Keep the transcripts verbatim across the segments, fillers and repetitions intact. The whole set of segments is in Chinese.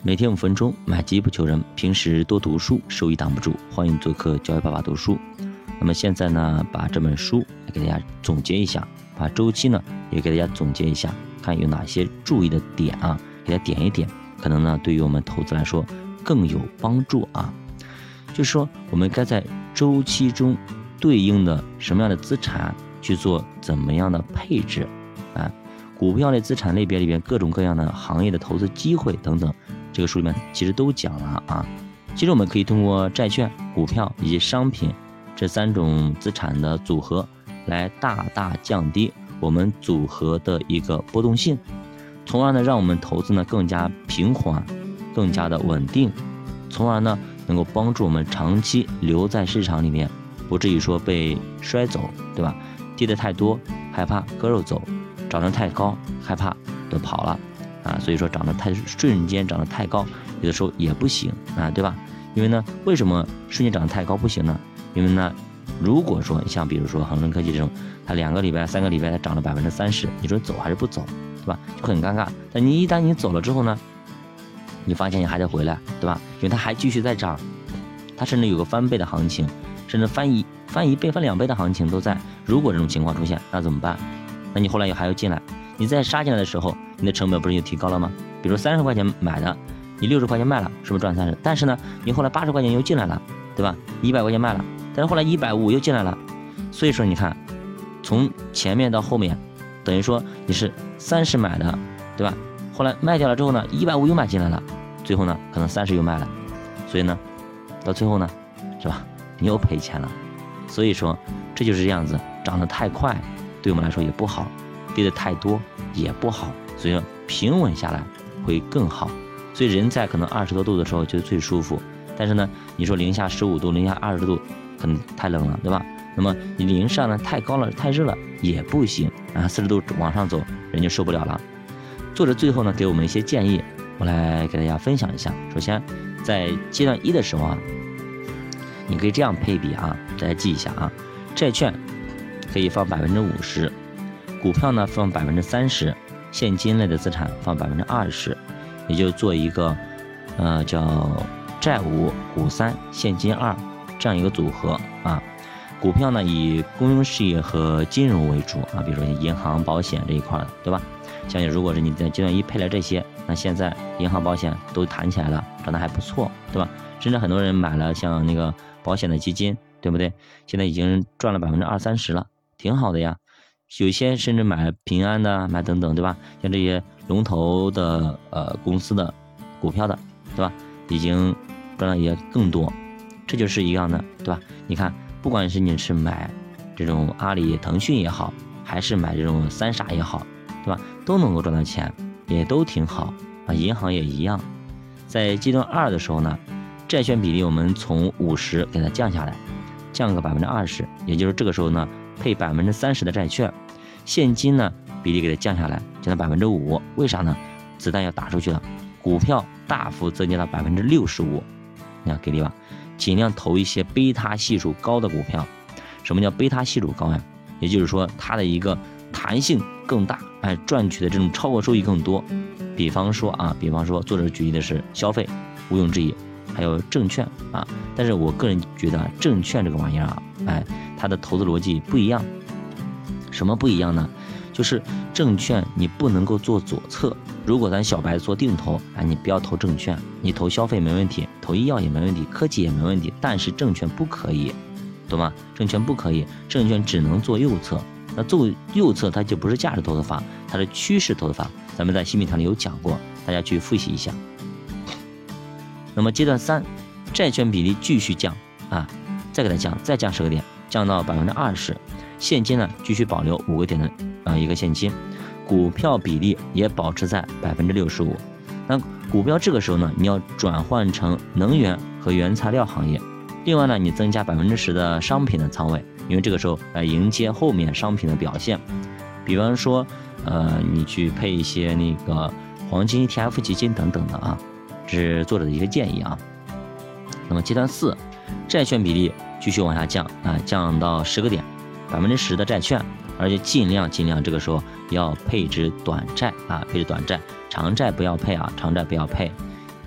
每天五分钟，买基不求人，平时多读书，收益挡不住。欢迎做客教育爸爸读书。那么现在呢，把这本书来给大家总结一下，把周期呢也给大家总结一下，看有哪些注意的点啊，给大家点一点，可能呢对于我们投资来说更有帮助啊。就是说，我们该在周期中对应的什么样的资产去做怎么样的配置啊？股票类资产类别里边各种各样的行业的投资机会等等，这个书里面其实都讲了啊。其实我们可以通过债券、股票以及商品这三种资产的组合，来大大降低我们组合的一个波动性，从而呢让我们投资呢更加平缓、更加的稳定，从而呢能够帮助我们长期留在市场里面，不至于说被摔走，对吧？跌得太多，害怕割肉走；涨得太高，害怕都跑了啊。所以说涨得太瞬间涨得太高，有的时候也不行啊，对吧？因为呢，为什么瞬间涨得太高不行呢？因为呢，如果说像比如说恒生科技这种，它两个礼拜、三个礼拜它涨了百分之三十，你说走还是不走，对吧？就很尴尬。但你一旦你走了之后呢，你发现你还得回来，对吧？因为它还继续在涨，它甚至有个翻倍的行情，甚至翻一翻一倍、翻两倍的行情都在。如果这种情况出现，那怎么办？那你后来又还要进来，你再杀进来的时候，你的成本不是又提高了吗？比如三十块钱买的，你六十块钱卖了，是不是赚三十？但是呢，你后来八十块钱又进来了，对吧？一百块钱卖了，但是后来一百五又进来了。所以说，你看，从前面到后面，等于说你是三十买的，对吧？后来卖掉了之后呢，一百五又买进来了，最后呢，可能三十又卖了，所以呢，到最后呢，是吧？你又赔钱了。所以说，这就是这样子，涨得太快，对我们来说也不好，跌得太多也不好，所以说平稳下来会更好。所以人在可能二十多度的时候就最舒服，但是呢，你说零下十五度、零下二十度，可能太冷了，对吧？那么你零上呢太高了、太热了也不行啊，四十度往上走，人就受不了了。作者最后呢给我们一些建议，我来给大家分享一下。首先，在阶段一的时候啊，你可以这样配比啊，大家记一下啊，债券可以放百分之五十，股票呢放百分之三十，现金类的资产放百分之二十，也就做一个呃叫债五股三现金二这样一个组合啊。股票呢以公用事业和金融为主啊，比如说银行、保险这一块的，对吧？像如果是你在阶段一配了这些，那现在银行、保险都弹起来了，涨得还不错，对吧？甚至很多人买了像那个保险的基金，对不对？现在已经赚了百分之二三十了，挺好的呀。有些甚至买平安的，买等等，对吧？像这些龙头的呃公司的股票的，对吧？已经赚了也更多，这就是一样的，对吧？你看，不管是你是买这种阿里、腾讯也好，还是买这种三傻也好，对吧？都能够赚到钱，也都挺好啊。银行也一样。在阶段二的时候呢，债券比例我们从五十给它降下来，降个百分之二十，也就是这个时候呢，配百分之三十的债券，现金呢比例给它降下来，降到百分之五。为啥呢？子弹要打出去了，股票大幅增加到百分之六十五，你看给力吧？尽量投一些贝塔系数高的股票。什么叫贝塔系数高呀？也就是说它的一个弹性更大，哎，赚取的这种超额收益更多。比方说啊，比方说作者举例的是消费，毋庸置疑，还有证券啊。但是我个人觉得证券这个玩意儿啊，哎，它的投资逻辑不一样。什么不一样呢？就是证券你不能够做左侧。如果咱小白做定投，哎，你不要投证券，你投消费没问题，投医药也没问题，科技也没问题，但是证券不可以，懂吗？证券不可以，证券只能做右侧。那做右侧它就不是价值投资法，它是趋势投资法。咱们在新米团里有讲过，大家去复习一下。那么阶段三，债券比例继续降啊，再给它降，再降十个点，降到百分之二十。现金呢继续保留五个点的呃一个现金，股票比例也保持在百分之六十五。那股票这个时候呢，你要转换成能源和原材料行业。另外呢，你增加百分之十的商品的仓位，因为这个时候来迎接后面商品的表现。比方说，呃，你去配一些那个黄金 E T F 基金等等的啊，这是作者的一个建议啊。那么阶段四，债券比例继续往下降啊，降到十个点。百分之十的债券，而且尽量尽量这个时候要配置短债啊，配置短债，长债不要配啊，长债不要配，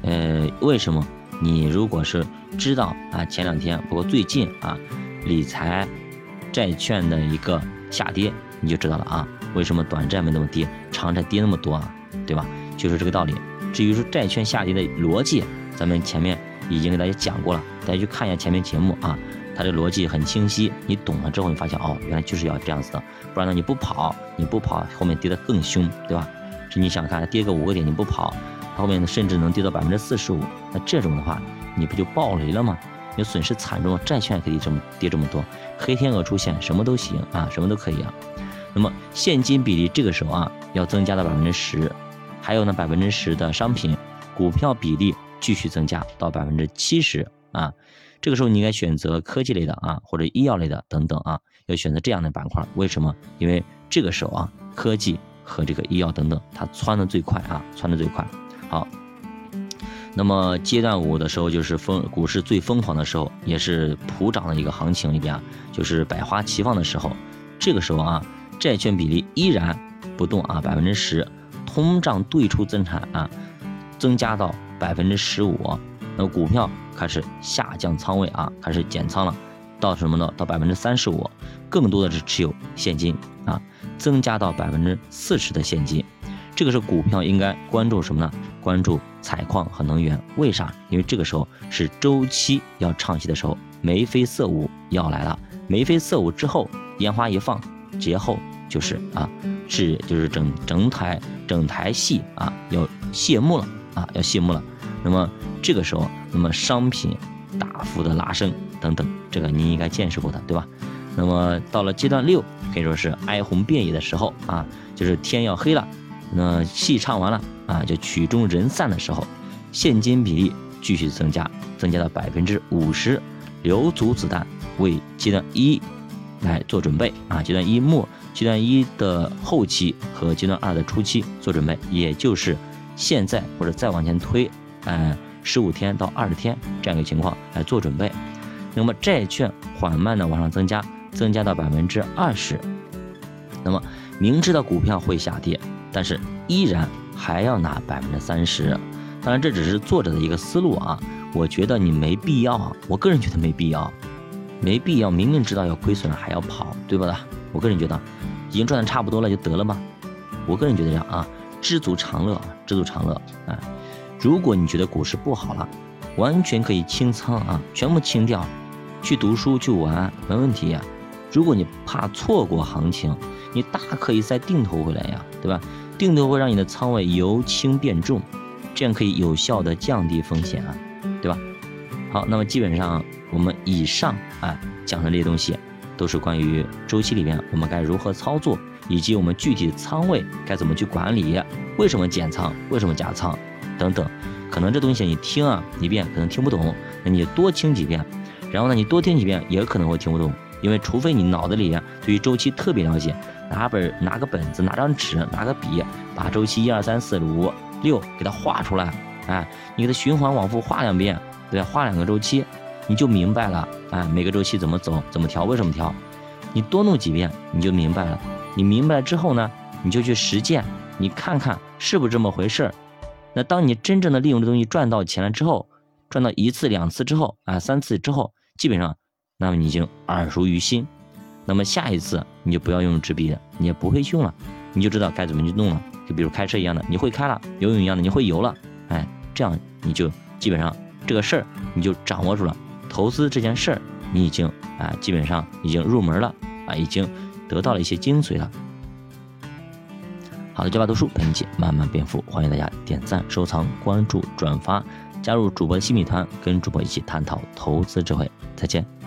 呃，为什么？你如果是知道啊，前两天包括最近啊，理财债券的一个下跌，你就知道了啊，为什么短债没那么跌，长债跌那么多啊，对吧？就是这个道理。至于说债券下跌的逻辑，咱们前面已经给大家讲过了，大家去看一下前面节目啊，它的逻辑很清晰，你懂了之后，你发现哦，原来就是要这样子的，不然呢你不跑，你不跑后面跌得更凶，对吧？是你想看跌个五个点你不跑，后面甚至能跌到百分之四十五，那这种的话，你不就暴雷了吗？你损失惨重，债券可以这么跌这么多，黑天鹅出现什么都行啊，什么都可以啊。那么现金比例这个时候啊要增加到百分之十，还有呢百分之十的商品，股票比例继续增加到百分之七十啊。这个时候你应该选择科技类的啊，或者医药类的等等啊，要选择这样的板块。为什么？因为这个时候啊，科技和这个医药等等，它窜的最快啊，窜的最快。好，那么阶段五的时候就是疯股市最疯狂的时候，也是普涨的一个行情里边啊，就是百花齐放的时候。这个时候啊，债券比例依然不动啊，百分之十，通胀对冲资产啊，增加到百分之十五。那股票开始下降仓位啊，开始减仓了，到什么呢？到百分之三十五，更多的是持有现金啊，增加到百分之四十的现金。这个时候股票应该关注什么呢？关注采矿和能源。为啥？因为这个时候是周期要唱戏的时候，眉飞色舞要来了。眉飞色舞之后，烟花一放，节后就是啊，是就是整整台整台戏啊要谢幕了啊，要谢幕了。那么这个时候，那么商品大幅的拉升等等，这个你应该见识过的，对吧？那么到了阶段六，可以说是哀鸿遍野的时候啊，就是天要黑了，那戏唱完了啊，就曲终人散的时候，现金比例继续增加，增加到百分之五十，留足子弹为阶段一来做准备啊，阶段一末、阶段一的后期和阶段二的初期做准备，也就是现在或者再往前推。呃，十五天到二十天这样一个情况来做准备。那么债券缓慢的往上增加，增加到百分之二十。那么明知道股票会下跌，但是依然还要拿百分之三十。当然这只是作者的一个思路啊，我觉得你没必要啊，我个人觉得没必要，没必要，明明知道要亏损了还要跑，对吧？我个人觉得已经赚的差不多了就得了吗？我个人觉得这样啊，知足常乐，知足常乐啊。如果你觉得股市不好了，完全可以清仓啊，全部清掉，去读书去玩没问题呀。如果你怕错过行情，你大可以再定投回来呀，对吧？定投会让你的仓位由轻变重，这样可以有效的降低风险啊，对吧？好，那么基本上我们以上啊讲的这些东西，都是关于周期里面我们该如何操作，以及我们具体的仓位该怎么去管理，为什么减仓，为什么加仓等等。可能这东西你听啊一遍可能听不懂，那你多听几遍，然后呢你多听几遍也可能会听不懂，因为除非你脑子里对于周期特别了解，拿本拿个本子拿张纸拿个笔，把周期一二三四五六给它画出来，哎，你给它循环往复画两遍，对吧？画两个周期你就明白了，哎，每个周期怎么走怎么调，为什么调，你多弄几遍你就明白了。你明白了之后呢，你就去实践，你看看是不是这么回事。那当你真正的利用这东西赚到钱了之后，赚到一次两次之后啊，三次之后，基本上那么你已经耳熟于心。那么下一次你就不要用纸笔了，你也不会用了，你就知道该怎么去弄了。就比如开车一样的，你会开了；游泳一样的，你会游了。哎，这样你就基本上这个事儿你就掌握住了。投资这件事儿你已经啊基本上已经入门了啊，已经得到了一些精髓了。好的，教爸读书陪你一起慢慢变富，欢迎大家点赞、收藏、关注、转发，加入主播的新米团，跟主播一起探讨投资智慧。再见。